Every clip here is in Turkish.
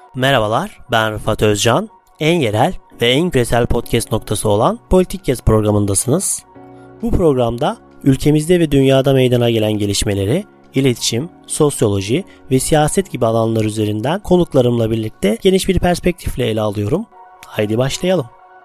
Merhabalar, ben Rıfat Özcan. En yerel ve en küresel podcast noktası olan Politikcast programındasınız. Bu programda ülkemizde ve dünyada meydana gelen gelişmeleri, iletişim, sosyoloji ve siyaset gibi alanlar üzerinden konuklarımla birlikte geniş bir perspektifle ele alıyorum. Haydi başlayalım.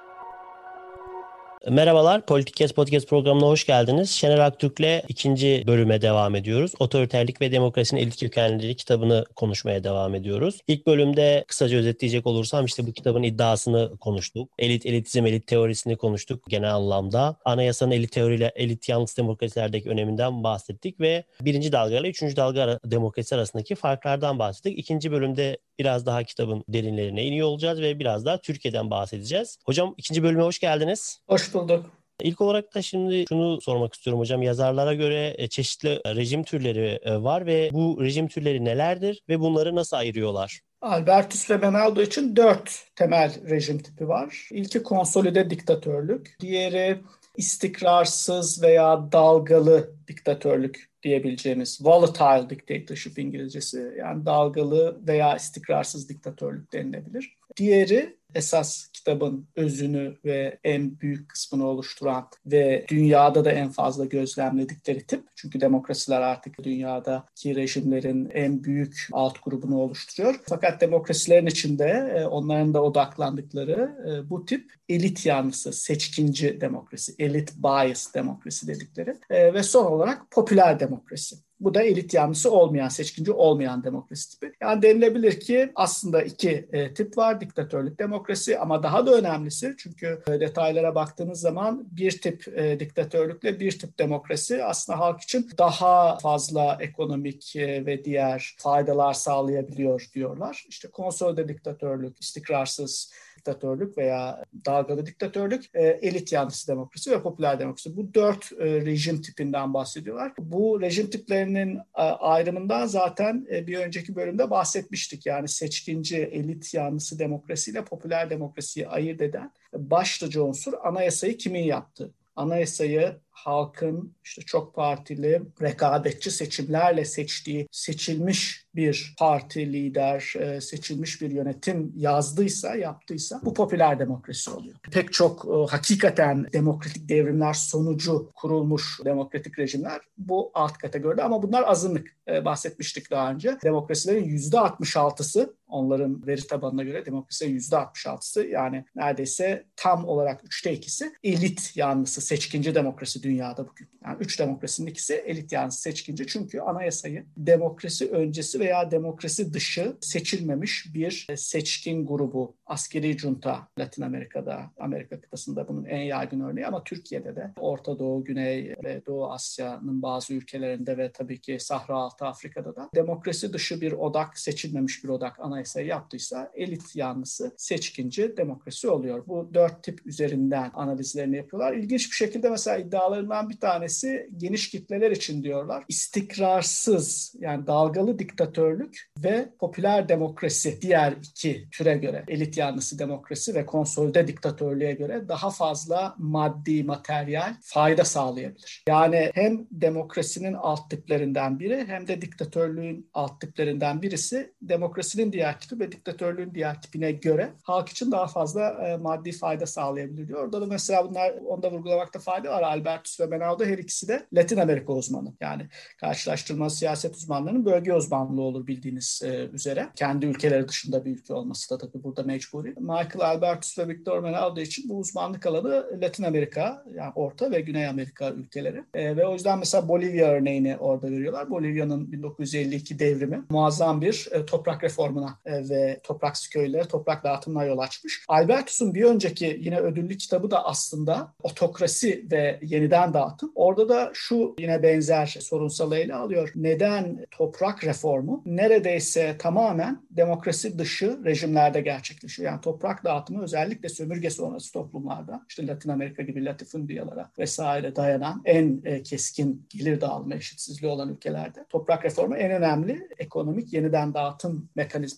Merhabalar, Politikcast Podcast programına hoş geldiniz. Şener Aktürk'le ikinci bölüme devam ediyoruz. Otoriterlik ve Demokrasinin Elit Kökenleri kitabını konuşmaya devam ediyoruz. İlk bölümde kısaca özetleyecek olursam bu kitabın iddiasını konuştuk. Elitizm, elit teorisini konuştuk genel anlamda. Anayasanın elit teoriyle elit yanlısı demokrasilerdeki öneminden bahsettik ve birinci dalga ile üçüncü dalga demokrasi arasındaki farklardan bahsettik. İkinci bölümde biraz daha kitabın derinlerine iniyor olacağız ve biraz daha Türkiye'den bahsedeceğiz. Hocam ikinci bölüme hoş geldiniz. Hoş bulduk. İlk olarak da şimdi şunu sormak istiyorum hocam. Yazarlara göre çeşitli rejim türleri var ve bu rejim türleri nelerdir ve bunları nasıl ayırıyorlar? Albertus ve Menaldo için 4 temel rejim tipi var. İlki konsolide diktatörlük, diğeri istikrarsız veya dalgalı diktatörlük diyebileceğimiz volatile dictatorship İngilizcesi, yani dalgalı veya istikrarsız diktatörlük denilebilir. Diğeri esas kitabın özünü ve en büyük kısmını oluşturan ve dünyada da en fazla gözlemledikleri tip. Çünkü demokrasiler artık dünyadaki rejimlerin en büyük alt grubunu oluşturuyor. Fakat demokrasilerin içinde onların da odaklandıkları bu tip elit yanlısı, seçkinci demokrasi, elit bias demokrasi dedikleri ve son olarak popüler demokrasi. Bu da elit yanlısı olmayan, seçkinci olmayan demokrasi tipi. Yani denilebilir ki aslında iki tip var. Diktatörlük, demokrasi, ama daha da önemlisi, çünkü detaylara baktığınız zaman bir tip diktatörlükle bir tip demokrasi aslında halk için daha fazla ekonomik ve diğer faydalar sağlayabiliyor diyorlar. İşte konsolide diktatörlük, istikrarsız diktatörlük veya dalgalı diktatörlük, elit yanlısı demokrasi ve popüler demokrasi. Bu 4 rejim tipinden bahsediyorlar. Bu rejim tiplerinin ayrımından zaten bir önceki bölümde bahsetmiştik. Yani seçkinci, elit yanlısı demokrasiyle popüler demokrasiyi ayırt eden başlıca unsur anayasayı kimin yaptığı. Anayasayı halkın işte çok partili, rekabetçi seçimlerle seçtiği, seçilmiş bir parti lider, seçilmiş bir yönetim yazdıysa, yaptıysa bu popüler demokrasi oluyor. Pek çok hakikaten demokratik devrimler sonucu kurulmuş demokratik rejimler bu alt kategoride, ama bunlar azınlık. Bahsetmiştik daha önce. Demokrasilerin %66'sı, onların veri tabanına göre demokrasilerin %66'sı, yani neredeyse tam olarak 2/3 elit yanlısı, seçkinci demokrasi dünyada bugün. Yani 3 demokrasinin ikisi elit yanlısı, seçkinci. Çünkü anayasayı demokrasi öncesi veya demokrasi dışı seçilmemiş bir seçkin grubu, askeri junta, Latin Amerika'da, Amerika kıtasında bunun en yaygın örneği, ama Türkiye'de de Orta Doğu, Güney ve Doğu Asya'nın bazı ülkelerinde ve tabii ki Sahra Altı Afrika'da da demokrasi dışı bir odak, seçilmemiş bir odak anayasayı yaptıysa elit yanlısı, seçkinci demokrasi oluyor. Bu 4 tip üzerinden analizlerini yapıyorlar. İlginç bir şekilde mesela iddialarından bir tanesi, geniş kitleler için diyorlar, istikrarsız, yani dalgalı diktatörlük ve popüler demokrasi diğer iki türe göre, elit yanlısı demokrasi ve konsolide diktatörlüğe göre daha fazla maddi, materyal fayda sağlayabilir. Yani hem demokrasinin alt tiplerinden biri hem de diktatörlüğün alt tiplerinden birisi, demokrasinin diğer tipi ve diktatörlüğün diğer tipine göre halk için daha fazla maddi fayda sağlayabilir diyor. Orada da mesela onda vurgulamakta fayda var. Albertus ve Menaldo her ikisi de Latin Amerika uzmanı. Yani karşılaştırma siyaset uzmanlarının bölge uzmanlığı olur bildiğiniz üzere. Kendi ülkeleri dışında bir ülke olması da tabii burada mecburi. Michael Albertus ve Victor Menaldo için bu uzmanlık alanı Latin Amerika, yani Orta ve Güney Amerika ülkeleri. Ve o yüzden mesela Bolivya örneğini orada veriyorlar. Bolivya'nın 1952 devrimi muazzam bir toprak reformuna ve toprak köylere toprak dağıtımına yol açmış. Albertus'un bir önceki yine ödüllü kitabı da aslında Otokrasi ve Yeniden Dağıtım. Orada da şu yine benzer sorunsalı ele alıyor. Neden toprak reformu neredeyse tamamen demokrasi dışı rejimlerde gerçekleşiyor? Yani toprak dağıtımı özellikle sömürge sonrası toplumlarda, işte Latin Amerika gibi latifundyalara vesaire dayanan en keskin gelir dağılma eşitsizliği olan ülkelerde toprak reformu en önemli ekonomik yeniden dağıtım mekanizması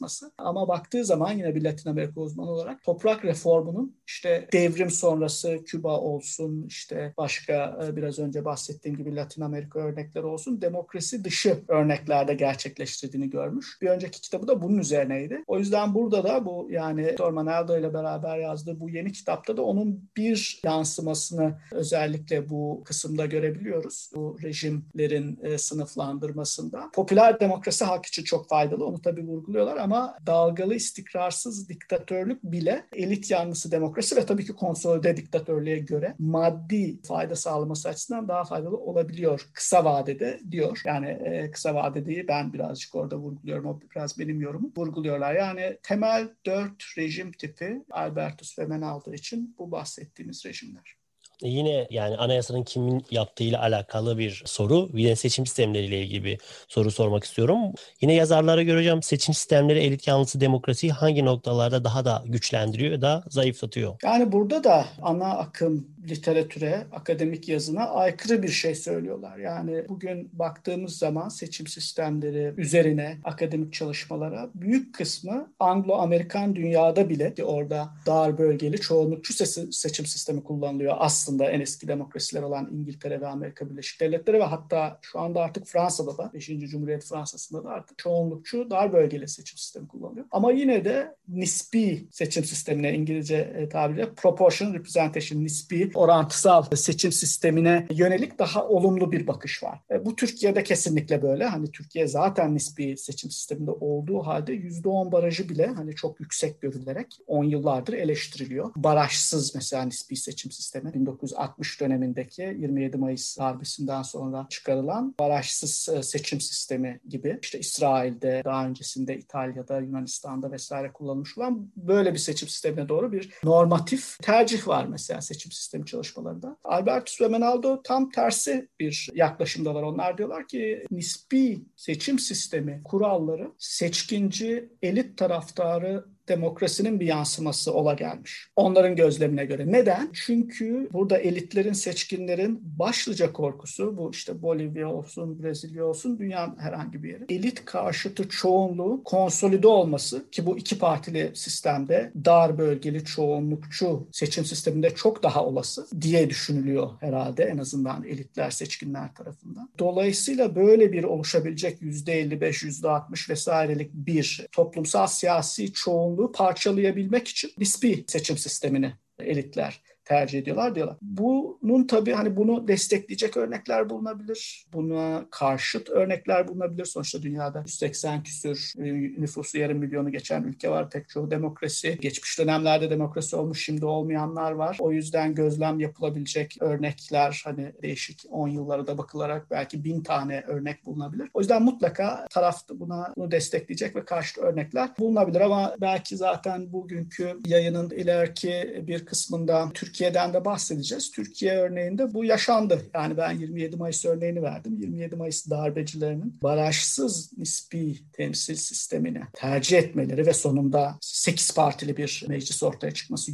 tartışması. Ama baktığı zaman yine bir Latin Amerika uzmanı olarak toprak reformunun işte devrim sonrası Küba olsun, işte başka biraz önce bahsettiğim gibi Latin Amerika örnekleri olsun, demokrasi dışı örneklerde gerçekleştirdiğini görmüş. Bir önceki kitabı da bunun üzerineydi. O yüzden burada da bu, yani Norman Aldo ile beraber yazdığı bu yeni kitapta da onun bir yansımasını özellikle bu kısımda görebiliyoruz. Bu rejimlerin sınıflandırmasında. Popüler demokrasi halk için çok faydalı. Onu tabii vurguluyorlar ama dalgalı, istikrarsız diktatörlük bile elit yanlısı demokrasi ve tabii ki konsolide diktatörlüğe göre maddi fayda sağlaması açısından daha faydalı olabiliyor kısa vadede diyor. Yani kısa vadedeyi ben birazcık orada vurguluyorum. O biraz benim yorumum. Vurguluyorlar. Yani temel 4 rejim tipi Albertus ve Menaldo için bu bahsettiğimiz rejimler. Yine yani anayasanın kimin yaptığıyla alakalı bir soru. Yine seçim sistemleriyle ilgili bir soru sormak istiyorum. Yine yazarlara göre hocam seçim sistemleri elit yanlısı demokrasiyi hangi noktalarda daha da güçlendiriyor ya da zayıflatıyor? Yani burada da ana akım literatüre, akademik yazına aykırı bir şey söylüyorlar. Yani bugün baktığımız zaman seçim sistemleri üzerine akademik çalışmalara büyük kısmı Anglo-Amerikan dünyada bile orada dar bölgeli çoğunlukçu seçim sistemi kullanılıyor. Aslında en eski demokrasiler olan İngiltere ve Amerika Birleşik Devletleri ve hatta şu anda artık Fransa'da da 5. Cumhuriyet Fransa'sında da artık çoğunlukçu dar bölgeli seçim sistemi kullanılıyor. Ama yine de nispi seçim sistemine, İngilizce tabiriyle proportional representation, nispi orantısal seçim sistemine yönelik daha olumlu bir bakış var. Bu Türkiye'de kesinlikle böyle. Hani Türkiye zaten nispi seçim sisteminde olduğu halde %10 barajı bile hani çok yüksek görülerek 10 yıllardır eleştiriliyor. Barajsız mesela nispi seçim sistemi 1960 dönemindeki 27 Mayıs darbesinden sonra çıkarılan barajsız seçim sistemi gibi işte İsrail'de, daha öncesinde İtalya'da, Yunanistan'da vesaire kullanılmış olan böyle bir seçim sistemine doğru bir normatif tercih var mesela seçim sistemi çalışmalarında. Albertus ve Menaldo tam tersi bir yaklaşımdalar. Onlar diyorlar ki nispi seçim sistemi kuralları seçkinci elit taraftarı demokrasinin bir yansıması ola gelmiş. Onların gözlemine göre. Neden? Çünkü burada elitlerin, seçkinlerin başlıca korkusu, bu işte Bolivya olsun, Brezilya olsun, dünyanın herhangi bir yeri. Elit karşıtı çoğunluğu konsolide olması ki bu iki partili sistemde dar bölgeli çoğunlukçu seçim sisteminde çok daha olası diye düşünülüyor herhalde, en azından elitler, seçkinler tarafından. Dolayısıyla böyle bir oluşabilecek %55, %60 vesairelik bir toplumsal siyasi çoğunluğu parçalayabilmek için nispi seçim sistemini elitler tercih ediyorlar diyorlar. Bunun tabii hani bunu destekleyecek örnekler bulunabilir. Buna karşıt örnekler bulunabilir. Sonuçta dünyada 180 küsür nüfusu yarım milyonu geçen ülke var. Pek çoğu demokrasi. Geçmiş dönemlerde demokrasi olmuş, şimdi olmayanlar var. O yüzden gözlem yapılabilecek örnekler hani değişik 10 yıllara da bakılarak belki 1000 tane örnek bulunabilir. O yüzden mutlaka taraf bunu destekleyecek ve karşıt örnekler bulunabilir ama belki zaten bugünkü yayının ileriki bir kısmında Türkiye'den de bahsedeceğiz. Türkiye örneğinde bu yaşandı. Yani ben 27 Mayıs örneğini verdim. 27 Mayıs darbecilerinin barajsız nispi temsil sistemini tercih etmeleri ve sonunda 8 partili bir meclis ortaya çıkması,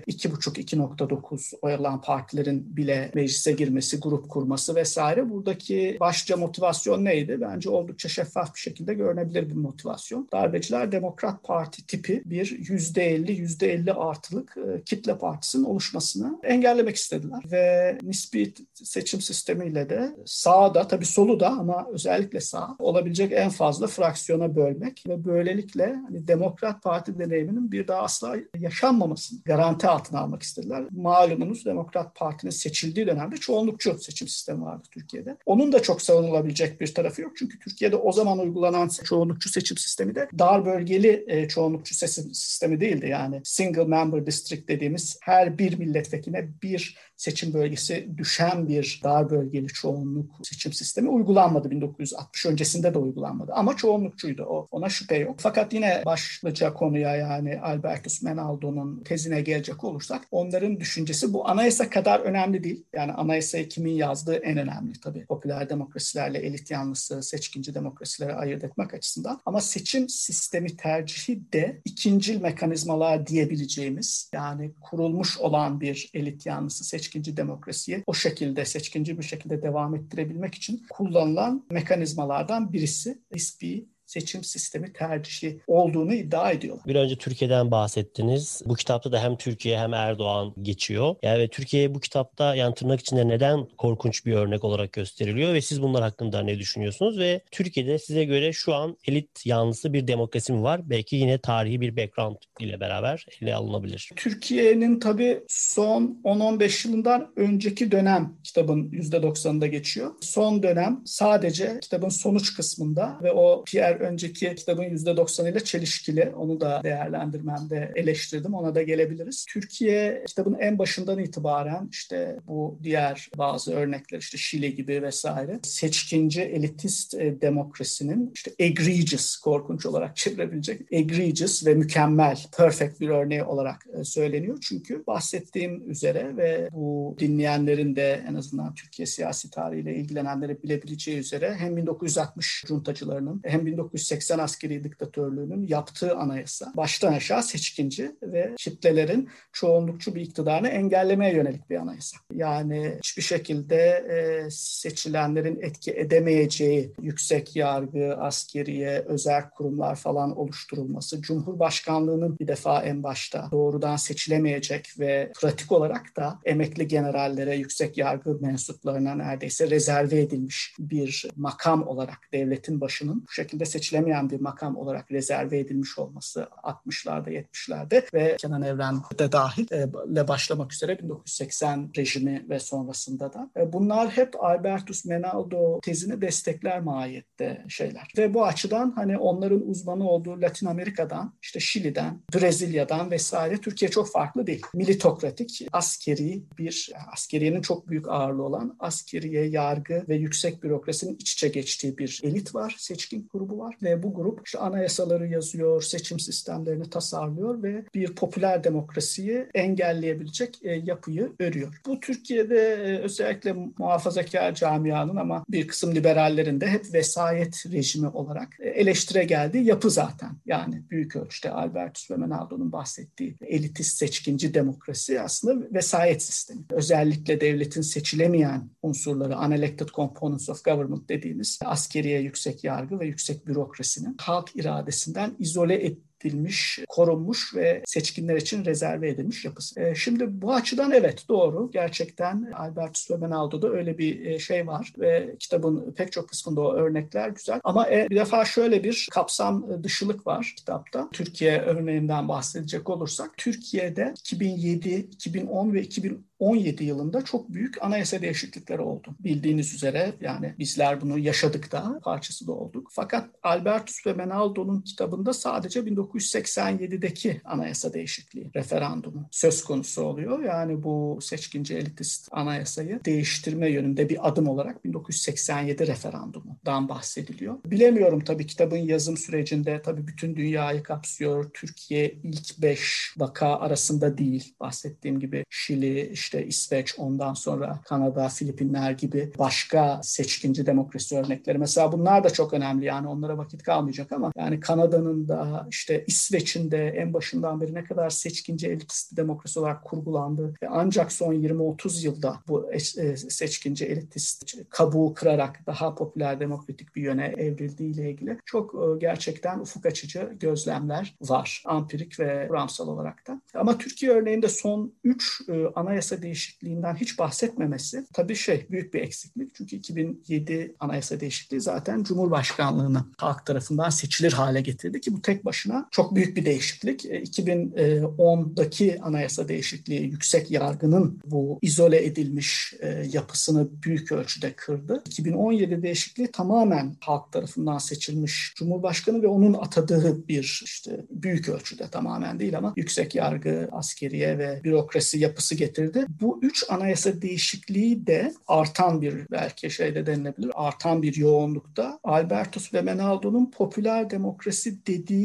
%2,5-2,9 oy alan partilerin bile meclise girmesi, grup kurması vesaire. Buradaki başlıca motivasyon neydi? Bence oldukça şeffaf bir şekilde görünebilir bir motivasyon. Darbeciler Demokrat Parti tipi bir %50 artılık kitle partisinin oluşmasını engellemek istediler. Ve nispi seçim sistemiyle de sağda, tabii solu da ama özellikle sağ olabilecek en fazla fraksiyona bölmek ve böylelikle hani Demokrat Parti deneyiminin bir daha asla yaşanmamasını garanti altına almak istediler. Malumunuz Demokrat Parti'nin seçildiği dönemde çoğunlukçu seçim sistemi vardı Türkiye'de. Onun da çok savunulabilecek bir tarafı yok. Çünkü Türkiye'de o zaman uygulanan çoğunlukçu seçim sistemi de dar bölgeli çoğunlukçu seçim sistemi değildi. Yani single member district dediğimiz her bir milletvekiline bir seçim bölgesi düşen bir dar bölgeli çoğunluk seçim sistemi uygulanmadı. 1960 öncesinde de uygulanmadı ama çoğunlukçuydu, ona şüphe yok. Fakat yine başlıca konuya, yani Albertus Menaldo'nun tezine gelecek olursak, onların düşüncesi bu anayasa kadar önemli değil. Yani anayasayı kimin yazdığı en önemli tabii. Popüler demokrasilerle elit yanlısı seçkinci demokrasilere ayırt etmek açısından. Ama seçim sistemi tercihi de ikincil mekanizmalar diyebileceğimiz, yani kurulmuş olan bir elit yanlısı seçkinci demokrasiyi o şekilde, seçkinci bir şekilde devam ettirebilmek için kullanılan mekanizmalardan birisi nispi seçim sistemi tercihi olduğunu iddia ediyorlar. Bir önce Türkiye'den bahsettiniz. Bu kitapta da hem Türkiye hem Erdoğan geçiyor. Yani ve Türkiye bu kitapta yani tırnak içinde neden korkunç bir örnek olarak gösteriliyor ve siz bunlar hakkında ne düşünüyorsunuz? Ve Türkiye'de size göre şu an elit yanlısı bir demokrasi mi var? Belki yine tarihi bir background ile beraber ele alınabilir. Türkiye'nin tabii son 10-15 yılından önceki dönem kitabın %90'ında geçiyor. Son dönem sadece kitabın sonuç kısmında ve o diğer önceki kitabın %90'ıyla çelişkili. Onu da değerlendirmemde eleştirdim. Ona da gelebiliriz. Türkiye kitabın en başından itibaren işte bu diğer bazı örnekler işte Şili gibi vesaire seçkinci elitist demokrasinin işte egregious, korkunç olarak çevirebilecek egregious ve mükemmel, perfect bir örneği olarak söyleniyor. Çünkü bahsettiğim üzere ve bu dinleyenlerin de en azından Türkiye siyasi tarihiyle ilgilenenleri bilebileceği üzere hem 1960 cuntacılarının hem 1980 askeri diktatörlüğünün yaptığı anayasa baştan aşağı seçkinci ve kitlelerin çoğunlukçu bir iktidarını engellemeye yönelik bir anayasa. Yani hiçbir şekilde seçilenlerin etki edemeyeceği yüksek yargı, askeriye, özel kurumlar falan oluşturulması, Cumhurbaşkanlığının bir defa en başta doğrudan seçilemeyecek ve pratik olarak da emekli generallere, yüksek yargı mensuplarına neredeyse rezerve edilmiş bir makam olarak devletin başının bu şekilde seçilemeyen bir makam olarak rezerve edilmiş olması 60'larda 70'lerde ve Kenan Evren de dahil ile başlamak üzere 1980 rejimi ve sonrasında da. Bunlar hep Albertus Menaldo tezini destekler mahiyette şeyler. Ve bu açıdan hani onların uzmanı olduğu Latin Amerika'dan, işte Şili'den, Brezilya'dan vesaire Türkiye çok farklı değil. Militokratik, askeri bir, askeriyenin çok büyük ağırlığı olan askeriye, yargı ve yüksek bürokrasinin iç içe geçtiği bir elit var, seçkin grubu var ve bu grup işte anayasaları yazıyor, seçim sistemlerini tasarlıyor ve bir popüler demokrasiyi engelleyebilecek yapıyı örüyor. Bu Türkiye'de özellikle muhafazakar camianın ama bir kısım liberallerin de hep vesayet rejimi olarak eleştire geldiği yapı zaten. Yani büyük ölçüde Albertus ve Menaldo'nun bahsettiği elitist seçkinci demokrasi aslında vesayet sistemi. Özellikle devletin seçilemeyen unsurları, unelected components of government dediğimiz askeriye, yüksek yargı ve yüksek bürokrasinin halk iradesinden izole edilmiş, korunmuş ve seçkinler için rezerve edilmiş yapısı. Şimdi bu açıdan evet doğru. Gerçekten Albertus ve Menaldo'da öyle bir şey var ve kitabın pek çok kısmında o örnekler güzel. Ama bir defa şöyle bir kapsam dışılık var kitapta. Türkiye örneğinden bahsedecek olursak Türkiye'de 2007, 2010 ve 2017 yılında çok büyük anayasa değişiklikleri oldu. Bildiğiniz üzere yani bizler bunu yaşadık da parçası da olduk. Fakat Albertus ve Menaldo'nun kitabında sadece 1987'deki anayasa değişikliği, referandumu söz konusu oluyor. Yani bu seçkinci elitist anayasayı değiştirme yönünde bir adım olarak 1987 referandumundan bahsediliyor. Bilemiyorum tabii kitabın yazım sürecinde tabii bütün dünyayı kapsıyor. Türkiye ilk 5 vaka arasında değil. Bahsettiğim gibi Şili, işte İsveç, ondan sonra Kanada, Filipinler gibi başka seçkinci demokrasi örnekleri. Mesela bunlar da çok önemli. Yani onlara vakit kalmayacak ama yani Kanada'nın da işte İsveç'in de en başından beri ne kadar seçkinci elitist demokrasi olarak kurgulandı ve ancak son 20-30 yılda bu seçkinci elitist kabuğu kırarak daha popüler demokratik bir yöne evrildiği ile ilgili çok gerçekten ufuk açıcı gözlemler var. Ampirik ve kuramsal olarak da. Ama Türkiye örneğinde son 3 anayasa değişikliğinden hiç bahsetmemesi tabii büyük bir eksiklik. Çünkü 2007 anayasa değişikliği zaten Cumhurbaşkanlığını halk tarafından seçilir hale getirdi ki bu tek başına çok büyük bir değişiklik. 2010'daki anayasa değişikliği yüksek yargının bu izole edilmiş yapısını büyük ölçüde kırdı. 2017 değişikliği tamamen halk tarafından seçilmiş Cumhurbaşkanı ve onun atadığı bir işte büyük ölçüde tamamen değil ama yüksek yargı, askeriye ve bürokrasi yapısı getirdi. Bu 3 anayasa değişikliği de artan bir belki de denilebilir, artan bir yoğunlukta Albertus ve Menaldo'nun popüler demokrasi dediği rejim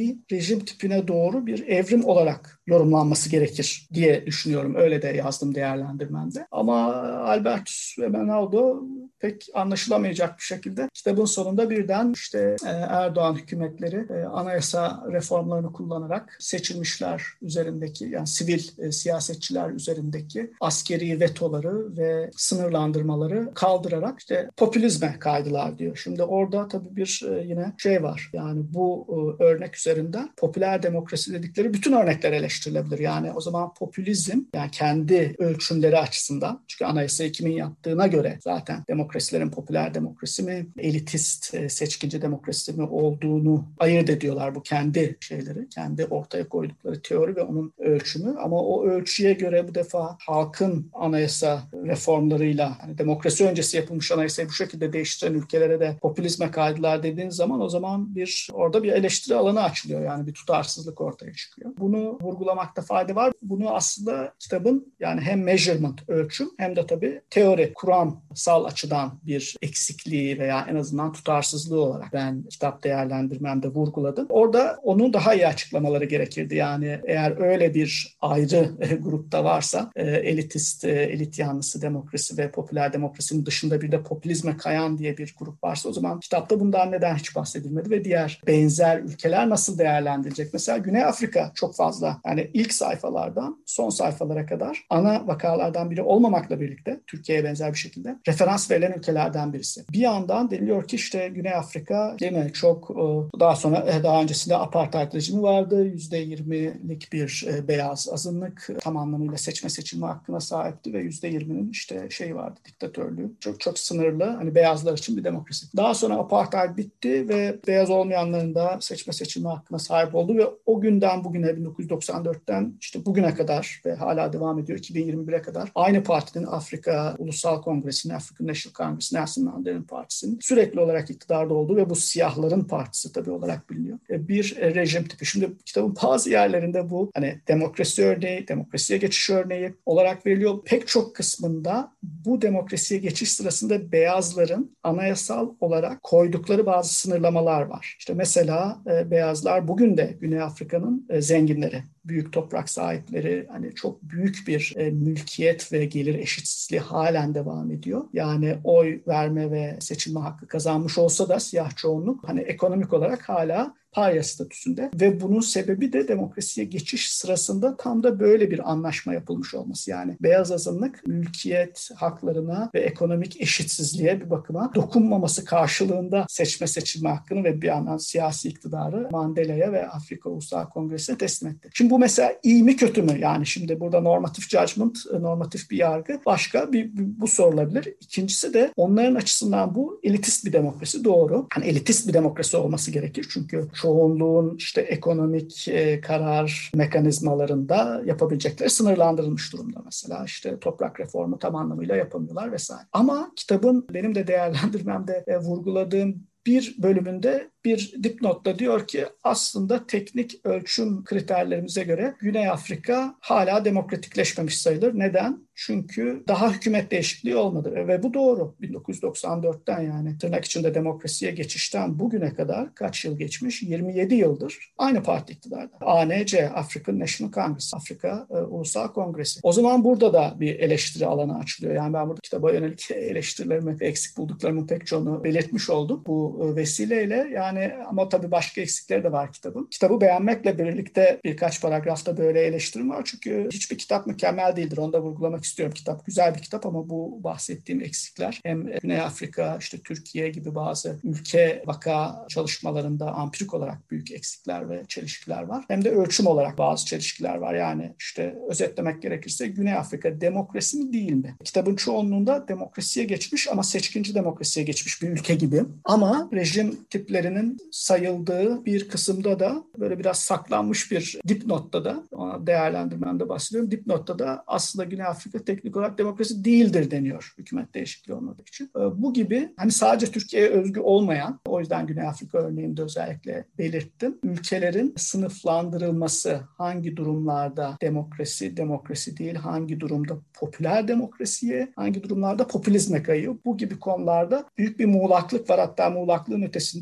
rejim tipine doğru bir evrim olarak yorumlanması gerekir diye düşünüyorum. Öyle de yazdım değerlendirmemde. Ama Albertus ve Menaldo pek anlaşılamayacak bir şekilde kitabın sonunda birden işte Erdoğan hükümetleri anayasa reformlarını kullanarak seçilmişler üzerindeki, yani sivil siyasetçiler üzerindeki askeri vetoları ve sınırlandırmaları kaldırarak işte popülizme kaydılar diyor. Şimdi orada tabii bir yine şey var. Yani bu örnek üzerinden popüler demokrasi dedikleri bütün örnekler eleştirilebilir. Yani o zaman popülizm, yani kendi ölçümleri açısından, çünkü anayasayı kimin yaptığına göre zaten demokrasilerin popüler demokrasi mi, elitist seçkinci demokrasi mi olduğunu ayırt ediyorlar, bu kendi şeyleri, kendi ortaya koydukları teori ve onun ölçümü. Ama o ölçüye göre bu defa halkın anayasa reformlarıyla, hani demokrasi öncesi yapılmış anayasayı bu şekilde değiştiren ülkelere de popülizme kaydılar dediğin zaman, o zaman orada bir eleştiri alanı açılıyor. Yani bir tutarsızlık ortaya çıkıyor. Bunu vurgulamakta fayda var. Bunu aslında kitabın yani hem measurement, ölçüm, hem de tabii teori, kuramsal açıdan bir eksikliği veya en azından tutarsızlığı olarak ben kitap değerlendirmemde vurguladım. Orada onu daha iyi açıklamaları gerekirdi. Yani eğer öyle bir ayrı grupta varsa elitist, elit yanlısı demokrasi ve popüler demokrasinin dışında bir de popülizme kayan diye bir grup varsa, o zaman kitapta bundan neden hiç bahsedilmedi ve diğer benzer ülkeler nasıl değerlendirilecek? Mesela Güney Afrika çok fazla, yani ilk sayfalardan son sayfalara kadar ana vakalardan biri olmamakla birlikte Türkiye'ye benzer bir şekilde referans verilen ülkelerden birisi. Bir yandan deniliyor ki işte Güney Afrika, değil mi, çok daha sonra daha öncesinde apartheid rejimi vardı. %20'lik bir beyaz azınlık tam anlamıyla seçme seçilme hakkına sahipti ve %20'nin işte şey vardı, diktatörlüğü. Çok çok sınırlı, hani beyazlar için bir demokrasi. Daha sonra apartheid bitti ve beyaz olmayanların da seçme seçilme hakkına sahip oldu ve o günden bugüne, 1994'ten işte bugüne kadar ve hala devam ediyor 2021'e kadar aynı partinin, Afrika Ulusal Kongresi'nin, African National Congress, Nelson Mandela'nın partisinin sürekli olarak iktidarda olduğu ve bu siyahların partisi tabii olarak biliniyor. Bir rejim tipi. Şimdi kitabın bazı yerlerinde bu hani demokrasi örneği, demokrasiye geçiş örneği olarak veriliyor. Pek çok kısmında bu demokrasiye geçiş sırasında beyazların anayasal olarak koydukları bazı sınırlamalar var. İşte mesela beyazlar bugün de Güney Afrika'nın zenginleri, büyük toprak sahipleri, hani çok büyük bir mülkiyet ve gelir eşitsizliği halen devam ediyor. Yani oy verme ve seçilme hakkı kazanmış olsa da siyah çoğunluk hani ekonomik olarak hala parya statüsünde ve bunun sebebi de demokrasiye geçiş sırasında tam da böyle bir anlaşma yapılmış olması. Yani beyaz azınlık mülkiyet haklarına ve ekonomik eşitsizliğe bir bakıma dokunmaması karşılığında seçme seçilme hakkını ve bir yandan siyasi iktidarı Mandela'ya ve Afrika Ulusal Kongresi'ne teslim etti. Şimdi bu mesela iyi mi kötü mü? Yani şimdi burada normatif judgment, normatif bir yargı başka bu sorulabilir. İkincisi de onların açısından bu elitist bir demokrasi, doğru. Hani elitist bir demokrasi olması gerekir çünkü çoğunluğun işte ekonomik karar mekanizmalarında yapabilecekleri sınırlandırılmış durumda. Mesela işte toprak reformu tam anlamıyla yapamıyorlar vesaire. Ama kitabın benim de değerlendirmemde vurguladığım bir bölümünde bir dipnotta diyor ki aslında teknik ölçüm kriterlerimize göre Güney Afrika hala demokratikleşmemiş sayılır. Neden? Çünkü daha hükümet değişikliği olmadı ve bu doğru. 1994'ten, yani tırnak içinde demokrasiye geçişten bugüne kadar kaç yıl geçmiş? 27 yıldır aynı parti iktidarda. ANC, African National Congress, Afrika Ulusal Kongresi. O zaman burada da bir eleştiri alanı açılıyor. Yani ben burada kitaba yönelik eleştirilerimi ve eksik bulduklarımın pek çoğunu belirtmiş oldum bu vesileyle. Yani ama tabii başka eksikleri de var kitabın. Kitabı beğenmekle birlikte birkaç paragrafta böyle eleştirim var. Çünkü hiçbir kitap mükemmel değildir. Onu da vurgulamak istiyorum. Kitap güzel bir kitap ama bu bahsettiğim eksikler hem Güney Afrika, işte Türkiye gibi bazı ülke vaka çalışmalarında ampirik olarak büyük eksikler ve çelişkiler var. Hem de ölçüm olarak bazı çelişkiler var. Yani işte özetlemek gerekirse Güney Afrika demokrasi mi değil mi? Kitabın çoğunluğunda demokrasiye geçmiş ama seçkinci demokrasiye geçmiş bir ülke gibi. Ama rejim tiplerinin sayıldığı bir kısımda da böyle biraz saklanmış bir dipnotta da, ona değerlendirmemde bahsediyorum. Dipnotta da aslında Güney Afrika teknik olarak demokrasi değildir deniyor hükümet değişikliği olmadığı için. Bu gibi hani sadece Türkiye'ye özgü olmayan, o yüzden Güney Afrika örneğinde özellikle belirttim, ülkelerin sınıflandırılması, hangi durumlarda demokrasi değil, hangi durumda popüler demokrasiye, hangi durumlarda popülizme kayıyor. Bu gibi konularda büyük bir muğlaklık var. Hatta muğlaklığın ötesinde hani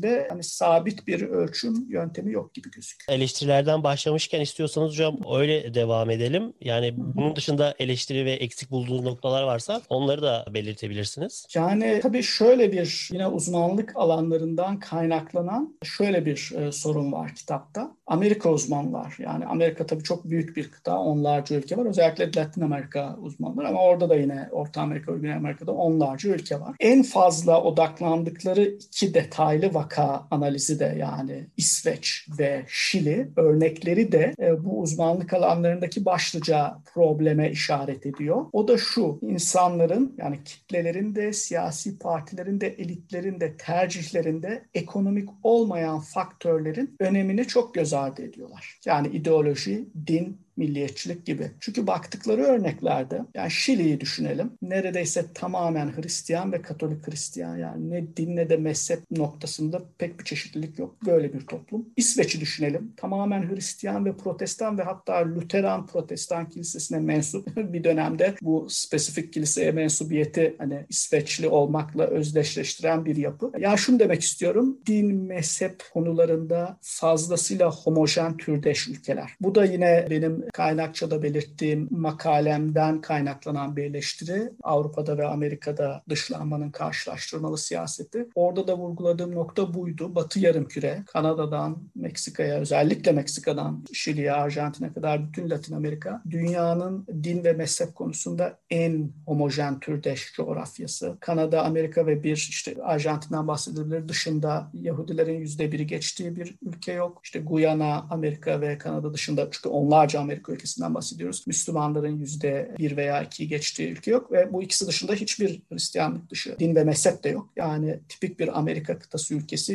sabit bir ölçüm yöntemi yok gibi gözüküyor. Eleştirilerden başlamışken istiyorsanız hocam öyle devam edelim. Yani Hı hı. bunun dışında eleştiri ve eksik bulduğunuz noktalar varsa onları da belirtebilirsiniz. Yani tabii şöyle bir yine uzmanlık alanlarından kaynaklanan şöyle bir sorun var kitapta. Amerika uzmanlar, yani Amerika tabii çok büyük bir kıta, onlarca ülke var. Özellikle Latin Amerika uzmanları, ama orada da yine Orta Amerika ve Güney Amerika'da onlarca ülke var. En fazla odaklandıkları iki detaylı vaka analizi de, yani İsveç ve Şili örnekleri de bu uzmanlık alanlarındaki başlıca probleme işaret ediyor. O da şu: insanların, yani kitlelerin de, siyasi partilerin de, elitlerin de tercihlerinde ekonomik olmayan faktörlerin önemini çok göz ardı ediyorlar. Yani ideoloji, din, milliyetçilik gibi. Çünkü baktıkları örneklerde, yani Şili'yi düşünelim, neredeyse tamamen Hristiyan ve Katolik Hristiyan, yani ne din ne de mezhep noktasında pek bir çeşitlilik yok. Böyle bir toplum. İsveç'i düşünelim, tamamen Hristiyan ve Protestan ve hatta Lutheran Protestan kilisesine mensup bir dönemde bu spesifik kiliseye mensubiyeti hani İsveçli olmakla özdeşleştiren bir yapı. Ya şunu demek istiyorum, din, mezhep konularında fazlasıyla homojen türdeş ülkeler. Bu da yine benim kaynakçada belirttiğim makalemden kaynaklanan bir eleştiri. Avrupa'da ve Amerika'da dışlanmanın karşılaştırmalı siyaseti. Orada da vurguladığım nokta buydu. Batı yarımküre, Kanada'dan Meksika'ya, özellikle Meksika'dan Şili'ye, Arjantin'e kadar bütün Latin Amerika, dünyanın din ve mezhep konusunda en homojen türdeş coğrafyası. Kanada, Amerika ve işte Arjantin'den bahsedilebilir, dışında Yahudilerin %1'i geçtiği bir ülke yok. İşte Guyana, Amerika ve Kanada dışında, çünkü onlarca Amerika ülkesinden bahsediyoruz, Müslümanların %1 veya 2'yi geçtiği ülke yok ve bu ikisi dışında hiçbir Hristiyanlık dışı din ve mezhep de yok. Yani tipik bir Amerika kıtası ülkesi,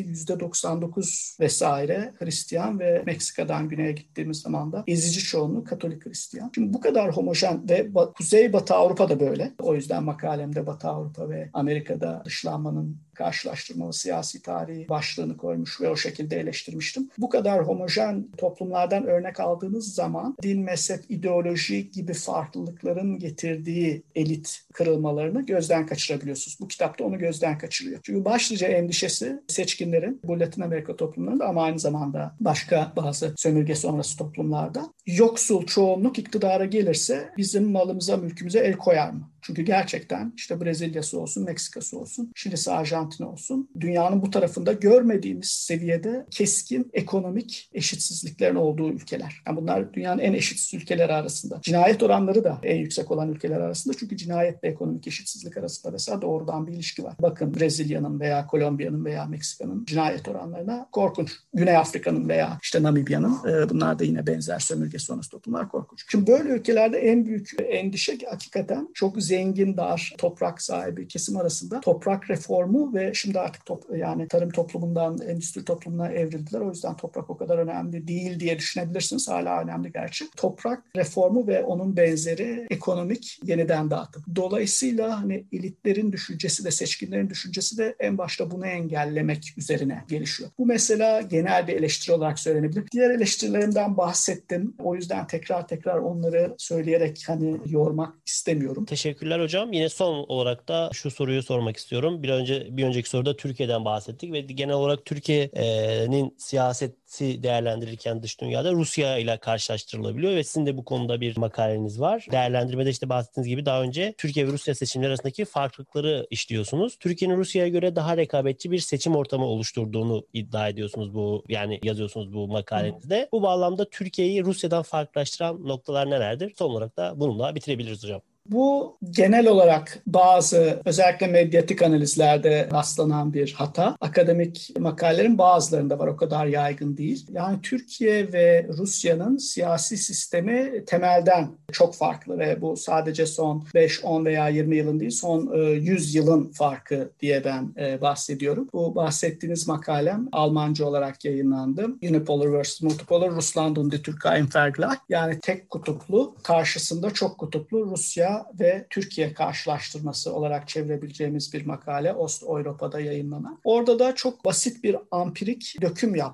%99 vesaire Hristiyan ve Meksika'dan güneye gittiğimiz zaman da ezici çoğunluğu Katolik Hristiyan. Şimdi bu kadar homojen ve Kuzey Batı Avrupa'da böyle. O yüzden makalemde Batı Avrupa ve Amerika'da dışlanmanın karşılaştırmalı siyasi tarihi başlığını koymuş ve o şekilde eleştirmiştim. Bu kadar homojen toplumlardan örnek aldığınız zaman din, mezhep, ideoloji gibi farklılıkların getirdiği elit kırılmalarını gözden kaçırabiliyorsunuz. Bu kitapta onu gözden kaçırıyor. Çünkü başlıca endişesi seçkinlerin, bu Latin Amerika toplumlarında ama aynı zamanda başka bazı sömürge sonrası toplumlarda, yoksul çoğunluk iktidara gelirse bizim malımıza, mülkümüze el koyar mı? Çünkü gerçekten işte Brezilya'sı olsun, Meksika'sı olsun, Şili'si, Arjantin olsun, dünyanın bu tarafında görmediğimiz seviyede keskin ekonomik eşitsizliklerin olduğu ülkeler. Yani bunlar dünyanın en eşitsiz ülkeleri arasında. Cinayet oranları da en yüksek olan ülkeler arasında. Çünkü cinayetle ekonomik eşitsizlik arasında mesela doğrudan bir ilişki var. Bakın Brezilya'nın veya Kolombiya'nın veya Meksika'nın cinayet oranlarına, korkunç. Güney Afrika'nın veya işte Namibya'nın, bunlar da yine benzer sömürge sonrası toplumlar, korkunç. Şimdi böyle ülkelerde en büyük endişe hakikaten çok zengin, dar, toprak sahibi kesim arasında toprak reformu ve şimdi artık yani tarım toplumundan endüstri toplumuna evrildiler. O yüzden toprak o kadar önemli değil diye düşünebilirsiniz. Hala önemli gerçi. Toprak reformu ve onun benzeri ekonomik yeniden dağıtım. Dolayısıyla hani elitlerin düşüncesi de, seçkinlerin düşüncesi de en başta bunu engellemek üzerine gelişiyor. Bu mesela genel bir eleştiri olarak söylenebilir. Diğer eleştirilerimden bahsettim. O yüzden tekrar onları söyleyerek hani yormak istemiyorum. Teşekkürler hocam. Yine son olarak da şu soruyu sormak istiyorum. Bir önceki soruda Türkiye'den bahsettik ve genel olarak Türkiye'nin siyaseti değerlendirirken dış dünyada Rusya ile karşılaştırılabiliyor ve sizin de bu konuda bir makaleniz var. Değerlendirmede işte bahsettiğiniz gibi daha önce Türkiye ve Rusya seçimleri arasındaki farklılıkları işliyorsunuz. Türkiye'nin Rusya'ya göre daha rekabetçi bir seçim ortamı oluşturduğunu iddia ediyorsunuz, yani yazıyorsunuz bu makalenizde. Bu bağlamda Türkiye'yi Rusya'dan farklılaştıran noktalar nelerdir? Son olarak da bununla bitirebiliriz hocam. Bu genel olarak bazı, özellikle medyatik analizlerde rastlanan bir hata. Akademik makalelerin bazılarında var, o kadar yaygın değil. Yani Türkiye ve Rusya'nın siyasi sistemi temelden çok farklı ve bu sadece son 5, 10 veya 20 yılın değil, son 100 yılın farkı diye ben bahsediyorum. Bu bahsettiğiniz makalem Almanca olarak yayınlandı. Unipolar vs. Multipolar, Russland und die Türkei im Vergleich. Yani tek kutuplu karşısında çok kutuplu Rusya ve Türkiye karşılaştırması olarak çevirebileceğimiz bir makale, Ost-Avrupa'da yayınlanan. Orada da çok basit bir ampirik döküm yaptım.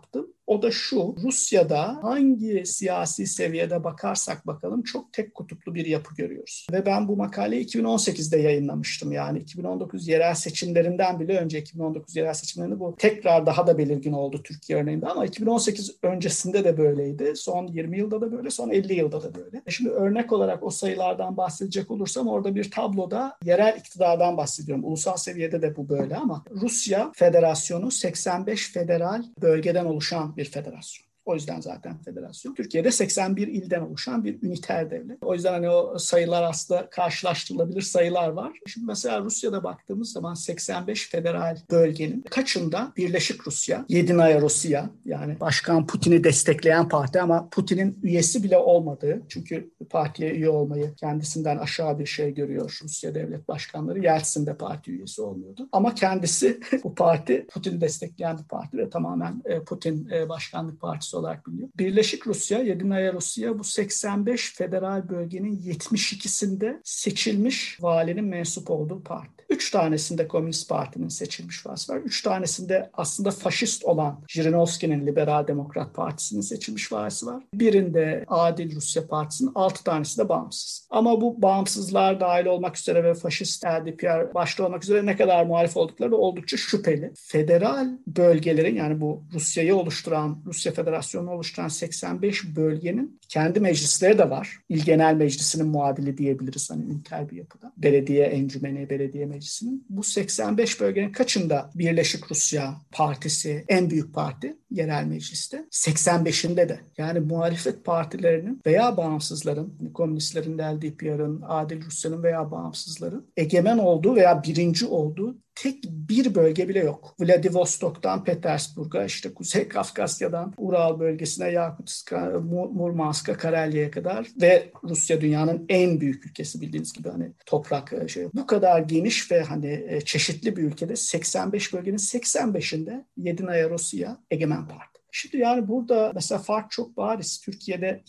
O da şu: Rusya'da hangi siyasi seviyede bakarsak bakalım çok tek kutuplu bir yapı görüyoruz. Ve ben bu makaleyi 2018'de yayınlamıştım. Yani 2019 yerel seçimlerinden bile önce, 2019 yerel seçimlerinde bu tekrar daha da belirgin oldu Türkiye örneğinde, ama 2018 öncesinde de böyleydi. Son 20 yılda da böyle, son 50 yılda da böyle. Şimdi örnek olarak o sayılardan bahsedecek olursam, orada bir tabloda yerel iktidardan bahsediyorum. Ulusal seviyede de bu böyle, ama Rusya Federasyonu 85 federal bölgeden oluşan bir federasyon. O yüzden zaten federasyon. Türkiye'de 81 ilden oluşan bir üniter devlet. O yüzden hani o sayılar aslında karşılaştırılabilir sayılar var. Şimdi mesela Rusya'da baktığımız zaman 85 federal bölgenin kaçında Birleşik Rusya, Yedinaya Rusya, yani Başkan Putin'i destekleyen parti ama Putin'in üyesi bile olmadığı, çünkü partiye üye olmayı kendisinden aşağı bir şey görüyor Rusya devlet başkanları. Yeltsin de parti üyesi olmuyordu. Ama kendisi bu parti Putin'i destekleyen bir parti ve tamamen Putin başkanlık partisi olarak biliniyor. Birleşik Rusya, Yedinaya Rusya bu 85 federal bölgenin 72'sinde seçilmiş valinin mensup olduğu parti. 3 tanesinde Komünist Parti'nin seçilmiş valisi var. 3 tanesinde aslında faşist olan Jirinovski'nin Liberal Demokrat Partisi'nin seçilmiş valisi var. Birinde Adil Rusya Partisi'nin, 6 tanesi de bağımsız. Ama bu bağımsızlar dahil olmak üzere ve faşist LDPR başta olmak üzere ne kadar muhalif oldukları da oldukça şüpheli. Federal bölgelerin, yani bu Rusya'yı oluşturan, Rusya Federasyonu'nu oluşturan 85 bölgenin kendi meclisleri de var. İl Genel Meclisi'nin muadili diyebiliriz, hani üniter bir yapıda. Belediye encümeni, belediye meclisinin. Bu 85 bölgenin kaçında Birleşik Rusya Partisi en büyük parti yerel mecliste? 85'inde de. Yani muhalefet partilerinin veya bağımsızların, hani komünistlerin, LDPR'ın, Adil Rusya'nın veya bağımsızların egemen olduğu veya birinci olduğu tek bir bölge bile yok. Vladivostok'tan Petersburg'a, işte Kuzey Kafkasya'dan Ural bölgesine, Yakutsk'a, Murmansk'a, Karelya'ya kadar ve Rusya dünyanın en büyük ülkesi, bildiğiniz gibi, hani toprak bu kadar geniş ve hani çeşitli bir ülkede 85 bölgenin 85'inde Yedinaya Rusya egemen parti. Şimdi yani burada mesela fark çok bariz. Türkiye'de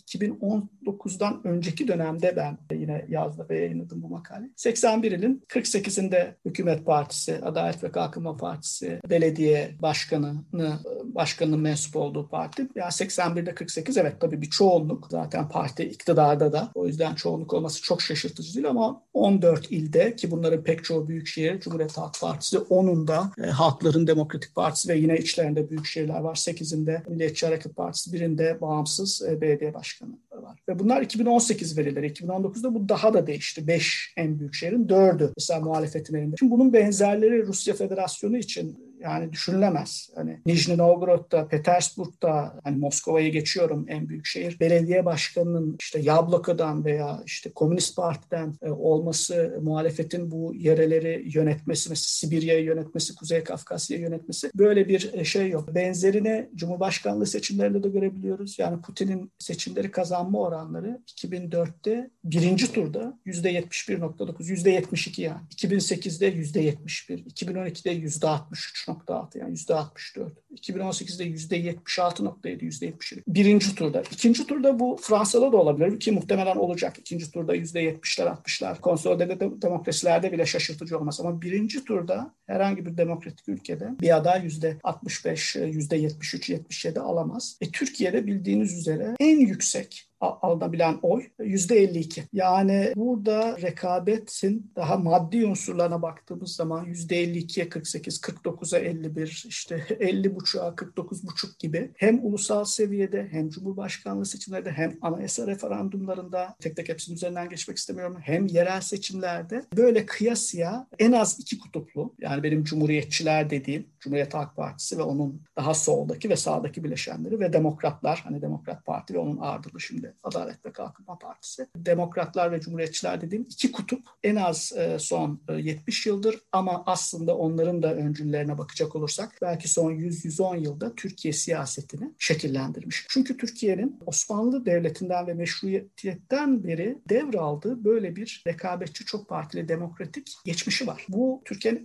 2019'dan önceki dönemde ben yine yazdım ve yayınladım bu makale. 81 ilin 48'inde Hükümet Partisi, Adalet ve Kalkınma Partisi, belediye başkanının mensup olduğu parti. Yani 81'de 48, evet tabii bir çoğunluk. Zaten parti iktidarda da. O yüzden çoğunluk olması çok şaşırtıcı değil, ama 14 ilde, ki bunların pek çoğu büyükşehir, Cumhuriyet Halk Partisi, 10'unda Halkların Demokratik Partisi ve yine içlerinde büyükşehirler var. 8'inde Milliyetçi Hareket Partisi, birinde bağımsız belediye başkanı var. Ve bunlar 2018 verileri. 2019'da bu daha da değişti. 5 en büyük şehrin 4'ü mesela muhalefetin elinde. Şimdi bunun benzerleri Rusya Federasyonu için yani düşünülemez. Hani Nijni Novgorod'da, Petersburg'da, hani Moskova'yı geçiyorum, en büyük şehir. Belediye başkanının işte Yabloka'dan veya işte Komünist Parti'den olması, muhalefetin bu yereleri yönetmesi, mesela Sibirya'yı yönetmesi, Kuzey Kafkasya'yı yönetmesi, böyle bir şey yok. Benzerini Cumhurbaşkanlığı seçimlerinde de görebiliyoruz. Yani Putin'in seçimleri kazanma oranları 2004'te birinci turda %71.9, %72 yani. 2008'de %71, 2012'de %63.6 yani %64. 2018'de %76.7, %77. Birinci turda. İkinci turda bu Fransa'da da olabilir ki muhtemelen olacak. İkinci turda %70'ler, 60'lar. Konsolide demokrasilerde bile şaşırtıcı olmaz. Ama birinci turda herhangi bir demokratik ülkede bir aday %65, %73, %77 alamaz. Türkiye'de bildiğiniz üzere en yüksek alınabilen oy %52. Yani burada rekabetin daha maddi unsurlarına baktığımız zaman %52'ye 48, 49'a 51, işte 50,5'a 49,5 gibi hem ulusal seviyede hem Cumhurbaşkanlığı seçimlerinde hem anayasa referandumlarında, tek tek hepsinin üzerinden geçmek istemiyorum, hem yerel seçimlerde böyle kıyasıya en az iki kutuplu, yani benim cumhuriyetçiler dediğim Cumhuriyet Halk Partisi ve onun daha soldaki ve sağdaki bileşenleri ve demokratlar, hani Demokrat Parti ve onun ardılı şimdi Adalet ve Kalkınma Partisi. Demokratlar ve Cumhuriyetçiler dediğim iki kutup en az son 70 yıldır, ama aslında onların da öncüllerine bakacak olursak belki son 100-110 yılda Türkiye siyasetini şekillendirmiş. Çünkü Türkiye'nin Osmanlı Devleti'nden ve meşruiyetten beri devraldığı böyle bir rekabetçi, çok partili, demokratik geçmişi var. Bu Türkiye'nin en büyük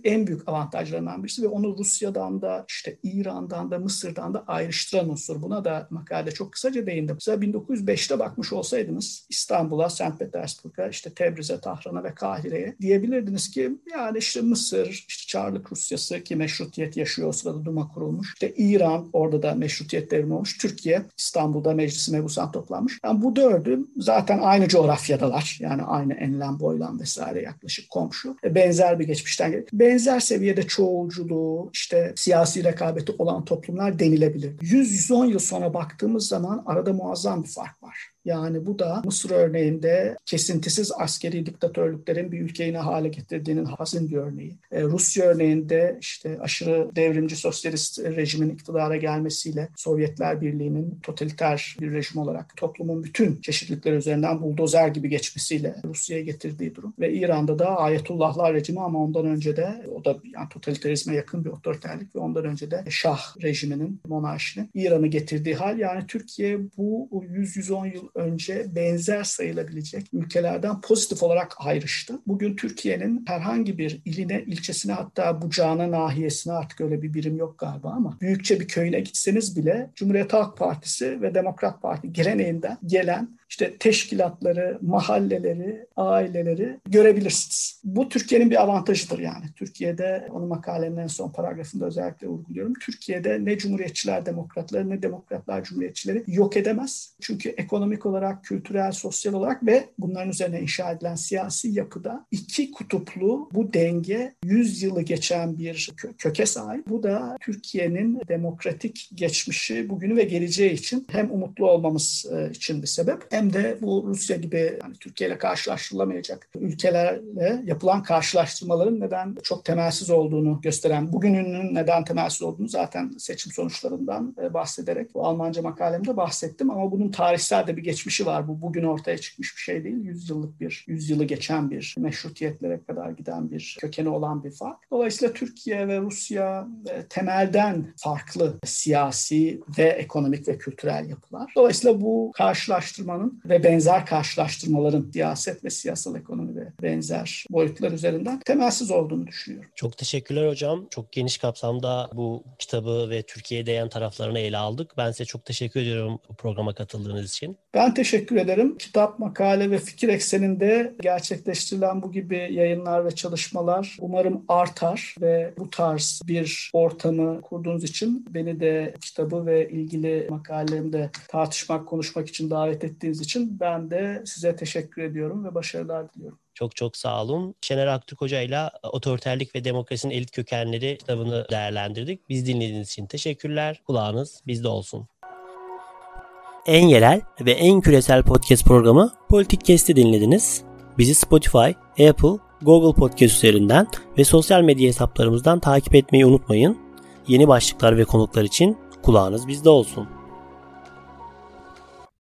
büyük avantajlarından birisi ve onu Rusya'dan da işte İran'dan da Mısır'dan da ayrıştıran unsur. Buna da makalede çok kısaca değindim. Mesela 1905'te bakmış olsaydınız İstanbul'a, St. Petersburg'a, işte Tebriz'e, Tahran'a ve Kahire'ye diyebilirdiniz ki yani işte Mısır, işte Çarlık Rusyası ki meşrutiyet yaşıyor o sırada, Duma kurulmuş. İşte İran, orada da meşrutiyet devrimi olmuş. Türkiye, İstanbul'da Meclis-i Mebusan toplanmış. Yani bu dördü zaten aynı coğrafyadalar. Yani aynı enlem, boylam vesaire yaklaşık komşu. Benzer bir geçmişten geliyor. Benzer seviyede çoğulculuğu, işte siyasi rekabeti olan toplumlar denilebilir. 100-110 yıl sonra baktığımız zaman arada muazzam bir fark var. Yani bu da Mısır örneğinde kesintisiz askeri diktatörlüklerin bir ülkeyi ne hale getirdiğinin hazin bir örneği. Rusya örneğinde işte aşırı devrimci sosyalist rejimin iktidara gelmesiyle Sovyetler Birliği'nin totaliter bir rejim olarak toplumun bütün çeşitlilikleri üzerinden buldozer gibi geçmesiyle Rusya'ya getirdiği durum. Ve İran'da da Ayetullahlar rejimi ama ondan önce de o da yani totaliterizme yakın bir otoriterlik ve ondan önce de Şah rejiminin, monarşinin İran'ı getirdiği hal. Yani Türkiye bu 100-110 yıl önce benzer sayılabilecek ülkelerden pozitif olarak ayrıştı. Bugün Türkiye'nin herhangi bir iline, ilçesine, hatta bucağına, nahiyesine, artık öyle bir birim yok galiba ama büyükçe bir köyüne gitseniz bile Cumhuriyet Halk Partisi ve Demokrat Parti geleneğinden gelen işte teşkilatları, mahalleleri, aileleri görebilirsiniz. Bu Türkiye'nin bir avantajıdır yani. Türkiye'de, onu makalenin en son paragrafında özellikle vurguluyorum. Türkiye'de ne cumhuriyetçiler demokratları ne demokratlar cumhuriyetçileri yok edemez. Çünkü ekonomik olarak, kültürel, sosyal olarak ve bunların üzerine inşa edilen siyasi yapıda iki kutuplu bu denge 100 yılı geçen bir köke sahip. Bu da Türkiye'nin demokratik geçmişi, bugünü ve geleceği için hem umutlu olmamız için bir sebep, hem de bu Rusya gibi yani Türkiye ile karşılaştırılamayacak ülkelerle yapılan karşılaştırmaların neden çok temelsiz olduğunu gösteren, bugününün neden temelsiz olduğunu zaten seçim sonuçlarından bahsederek bu Almanca makalemde bahsettim. Ama bunun tarihsel de bir geçmişi var. Bu bugün ortaya çıkmış bir şey değil. 100 yılı geçen bir, meşrutiyetlere kadar giden bir kökeni olan bir fark. Dolayısıyla Türkiye ve Rusya temelden farklı siyasi ve ekonomik ve kültürel yapılar. Dolayısıyla bu karşılaştırmanın ve benzer karşılaştırmaların siyaset ve siyasal ekonomide benzer boyutlar üzerinden temelsiz olduğunu düşünüyorum. Çok teşekkürler hocam. Çok geniş kapsamda bu kitabı ve Türkiye'ye değen taraflarını ele aldık. Ben size çok teşekkür ediyorum bu programa katıldığınız için. Ben teşekkür ederim. Kitap, makale ve fikir ekseninde gerçekleştirilen bu gibi yayınlar ve çalışmalar umarım artar ve bu tarz bir ortamı kurduğunuz için beni de kitabı ve ilgili makalelerimde tartışmak, konuşmak için davet ettiğiniz için ben de size teşekkür ediyorum ve başarılar diliyorum. Çok çok sağ olun. Şener Aktürk Hoca ile Otoriterlik ve Demokrasinin Elit Kökenleri kitabını değerlendirdik. Biz dinlediğiniz için teşekkürler. Kulağınız bizde olsun. En yerel ve en küresel podcast programı Politikcast'i dinlediniz. Bizi Spotify, Apple, Google Podcast üzerinden ve sosyal medya hesaplarımızdan takip etmeyi unutmayın. Yeni başlıklar ve konuklar için kulağınız bizde olsun.